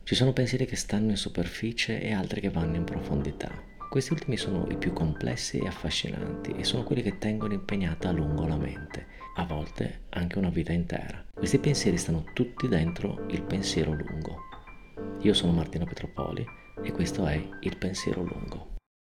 Ci sono pensieri che stanno in superficie e altri che vanno in profondità. Questi ultimi sono i più complessi e affascinanti e sono quelli che tengono impegnata a lungo la mente, a volte anche una vita intera. Questi pensieri stanno tutti dentro il pensiero lungo. Io sono Martino Petropoli e questo è il pensiero lungo.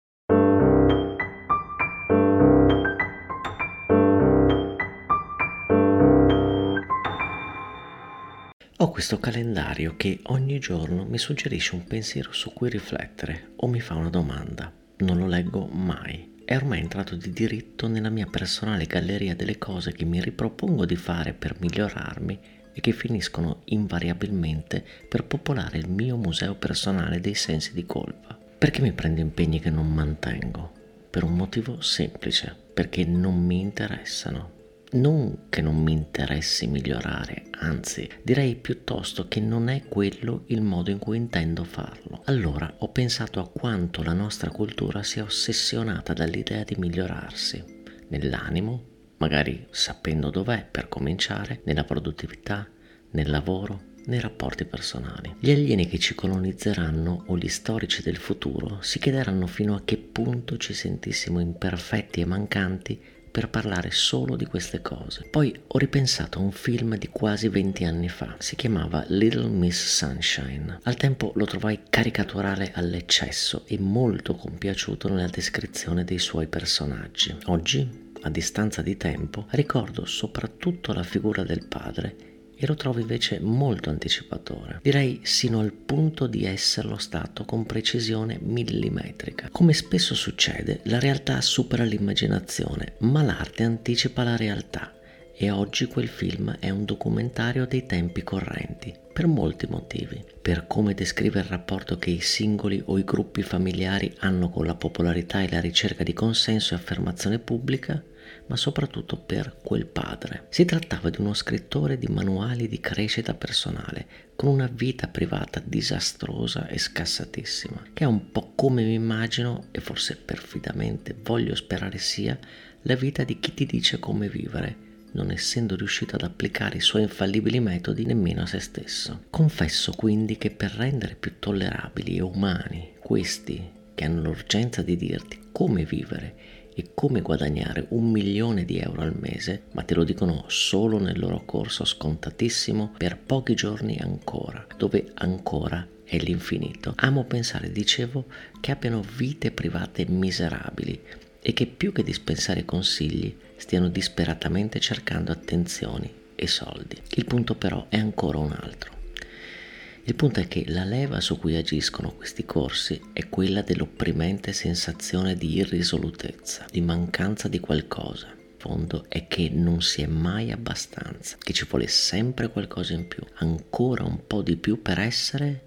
Ho questo calendario che ogni giorno mi suggerisce un pensiero su cui riflettere o mi fa una domanda. Non lo leggo mai. È ormai entrato di diritto nella mia personale galleria delle cose che mi ripropongo di fare per migliorarmi e che finiscono invariabilmente per popolare il mio museo personale dei sensi di colpa. Perché mi prendo impegni che non mantengo? Per un motivo semplice, perché non mi interessano. Non che non mi interessi migliorare, anzi, direi piuttosto che non è quello il modo in cui intendo farlo. Allora ho pensato a quanto la nostra cultura sia ossessionata dall'idea di migliorarsi, nell'animo, magari sapendo dov'è per cominciare, nella produttività, nel lavoro, nei rapporti personali. Gli alieni che ci colonizzeranno o gli storici del futuro si chiederanno fino a che punto ci sentissimo imperfetti e mancanti per parlare solo di queste cose. Poi ho ripensato a un film di quasi 20 anni fa, si chiamava Little Miss Sunshine. Al tempo lo trovai caricaturale all'eccesso e molto compiaciuto nella descrizione dei suoi personaggi. Oggi, a distanza di tempo, ricordo soprattutto la figura del padre e lo trovo invece molto anticipatore. Direi sino al punto di esserlo stato con precisione millimetrica. Come spesso succede, la realtà supera l'immaginazione, ma l'arte anticipa la realtà. E oggi quel film è un documentario dei tempi correnti, per molti motivi. Per come descrive il rapporto che i singoli o i gruppi familiari hanno con la popolarità e la ricerca di consenso e affermazione pubblica, ma soprattutto per quel padre. Si trattava di uno scrittore di manuali di crescita personale, con una vita privata disastrosa e scassatissima, che è un po' come mi immagino, e forse perfidamente voglio sperare sia, la vita di chi ti dice come vivere, non essendo riuscito ad applicare i suoi infallibili metodi nemmeno a se stesso. Confesso quindi che per rendere più tollerabili e umani questi che hanno l'urgenza di dirti come vivere e come guadagnare 1.000.000 di euro al mese, ma te lo dicono solo nel loro corso scontatissimo per pochi giorni ancora, dove ancora è l'infinito. Amo pensare, dicevo, che abbiano vite private miserabili e che più che dispensare consigli stiano disperatamente cercando attenzioni e soldi. Il punto però è ancora un altro. Il punto è che la leva su cui agiscono questi corsi è quella dell'opprimente sensazione di irrisolutezza, di mancanza di qualcosa. In fondo è che non si è mai abbastanza, che ci vuole sempre qualcosa in più, ancora un po' di più per essere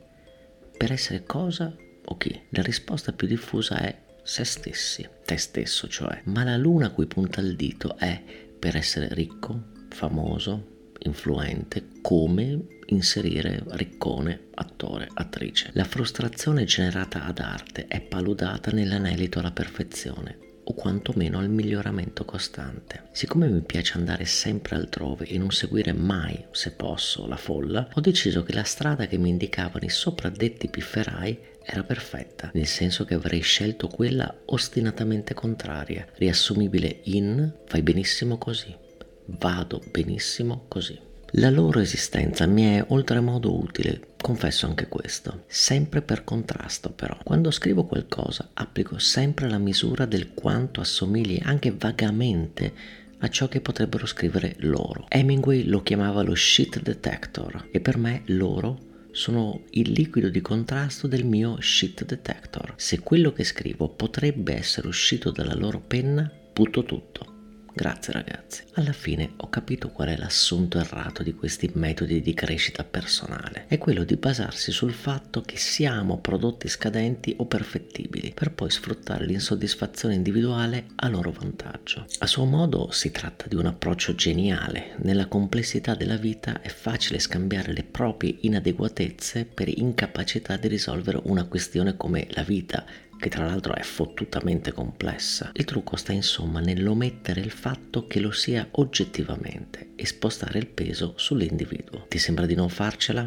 cosa o chi? La risposta più diffusa è se stessi, te stesso cioè, ma la luna a cui punta il dito è per essere ricco, famoso, influente, come inserire riccone, attore, attrice. La frustrazione generata ad arte è paludata nell'anelito alla perfezione o quantomeno al miglioramento costante. Siccome mi piace andare sempre altrove e non seguire mai, se posso, la folla, ho deciso che la strada che mi indicavano i sopradetti pifferai era perfetta, nel senso che avrei scelto quella ostinatamente contraria, riassumibile in fai benissimo così, vado benissimo così. La loro esistenza mi è oltremodo utile, confesso anche questo, sempre per contrasto però. Quando scrivo qualcosa applico sempre la misura del quanto assomigli anche vagamente a ciò che potrebbero scrivere loro. Hemingway lo chiamava lo shit detector e per me loro sono il liquido di contrasto del mio shit detector. Se quello che scrivo potrebbe essere uscito dalla loro penna, butto tutto. Grazie ragazzi. Alla fine ho capito qual è l'assunto errato di questi metodi di crescita personale. È quello di basarsi sul fatto che siamo prodotti scadenti o perfettibili per poi sfruttare l'insoddisfazione individuale a loro vantaggio. A suo modo si tratta di un approccio geniale. Nella complessità della vita è facile scambiare le proprie inadeguatezze per incapacità di risolvere una questione come la vita, che tra l'altro è fottutamente complessa. Il trucco sta insomma nell'omettere il fatto che lo sia oggettivamente e spostare il peso sull'individuo. Ti sembra di non farcela?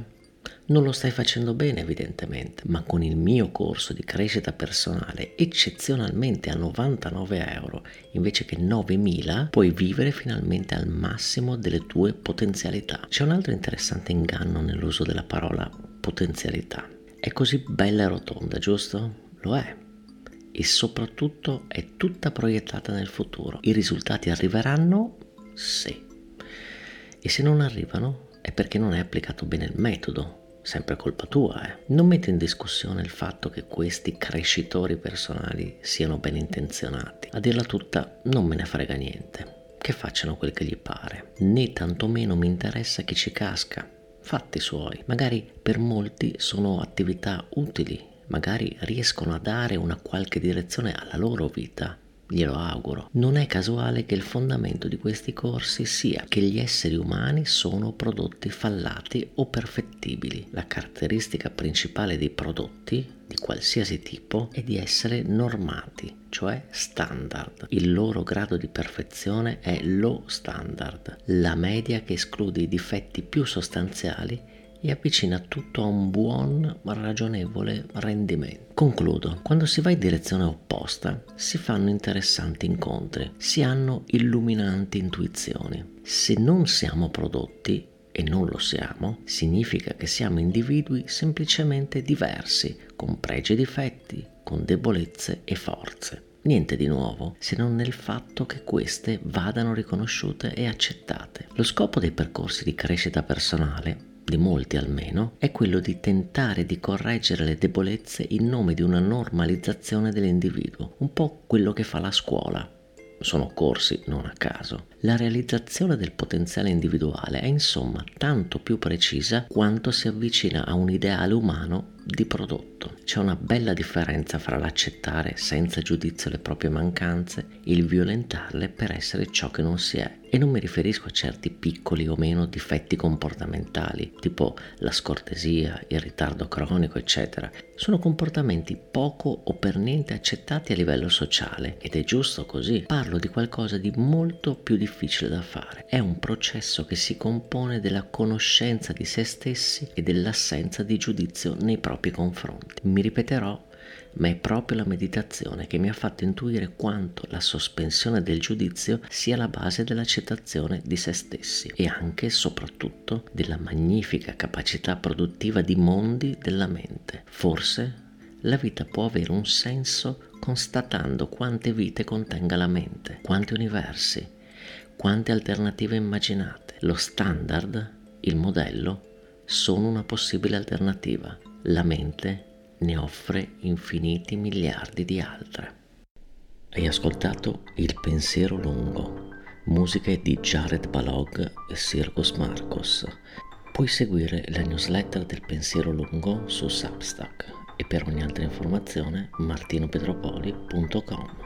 Non lo stai facendo bene evidentemente, ma con il mio corso di crescita personale eccezionalmente a 99 euro invece che 9.000 puoi vivere finalmente al massimo delle tue potenzialità. C'è un altro interessante inganno nell'uso della parola potenzialità. È così bella e rotonda, giusto? Lo è. E soprattutto è tutta proiettata nel futuro. I risultati arriveranno? Sì. E se non arrivano è perché non hai applicato bene il metodo. Sempre colpa tua, Non metto in discussione il fatto che questi crescitori personali siano ben intenzionati. A dirla tutta, non me ne frega niente. Che facciano quel che gli pare. Né tantomeno mi interessa chi ci casca. Fatti suoi. Magari per molti sono attività utili. Magari riescono a dare una qualche direzione alla loro vita. Glielo auguro. Non è casuale che il fondamento di questi corsi sia che gli esseri umani sono prodotti fallati o perfettibili. La caratteristica principale dei prodotti di qualsiasi tipo è di essere normati, cioè standard. Il loro grado di perfezione è low standard, la media che esclude i difetti più sostanziali e avvicina tutto a un buon, ragionevole rendimento. Concludo, quando si va in direzione opposta si fanno interessanti incontri, si hanno illuminanti intuizioni. Se non siamo prodotti, e non lo siamo, significa che siamo individui semplicemente diversi, con pregi e difetti, con debolezze e forze. Niente di nuovo, se non nel fatto che queste vadano riconosciute e accettate. Lo scopo dei percorsi di crescita personale, di molti almeno, è quello di tentare di correggere le debolezze in nome di una normalizzazione dell'individuo, un po' quello che fa la scuola. Sono corsi non a caso. La realizzazione del potenziale individuale è insomma tanto più precisa quanto si avvicina a un ideale umano di prodotto. C'è una bella differenza fra l'accettare senza giudizio le proprie mancanze e il violentarle per essere ciò che non si è. E non mi riferisco a certi piccoli o meno difetti comportamentali, tipo la scortesia, il ritardo cronico, eccetera. Sono comportamenti poco o per niente accettati a livello sociale ed è giusto così. Parlo di qualcosa di molto più difficile da fare. È un processo che si compone della conoscenza di se stessi e dell'assenza di giudizio nei propri confronti. Mi ripeterò, ma è proprio la meditazione che mi ha fatto intuire quanto la sospensione del giudizio sia la base dell'accettazione di se stessi e anche e soprattutto della magnifica capacità produttiva di mondi della mente. Forse la vita può avere un senso constatando quante vite contenga la mente, quanti universi, quante alternative immaginate. Lo standard, il modello, sono una possibile alternativa. La mente ne offre infiniti miliardi di altre. Hai ascoltato Il pensiero lungo, musiche di Jared Balog e Sirgus Marcos. Puoi seguire la newsletter del pensiero lungo su Substack e per ogni altra informazione martinopetropoli.com.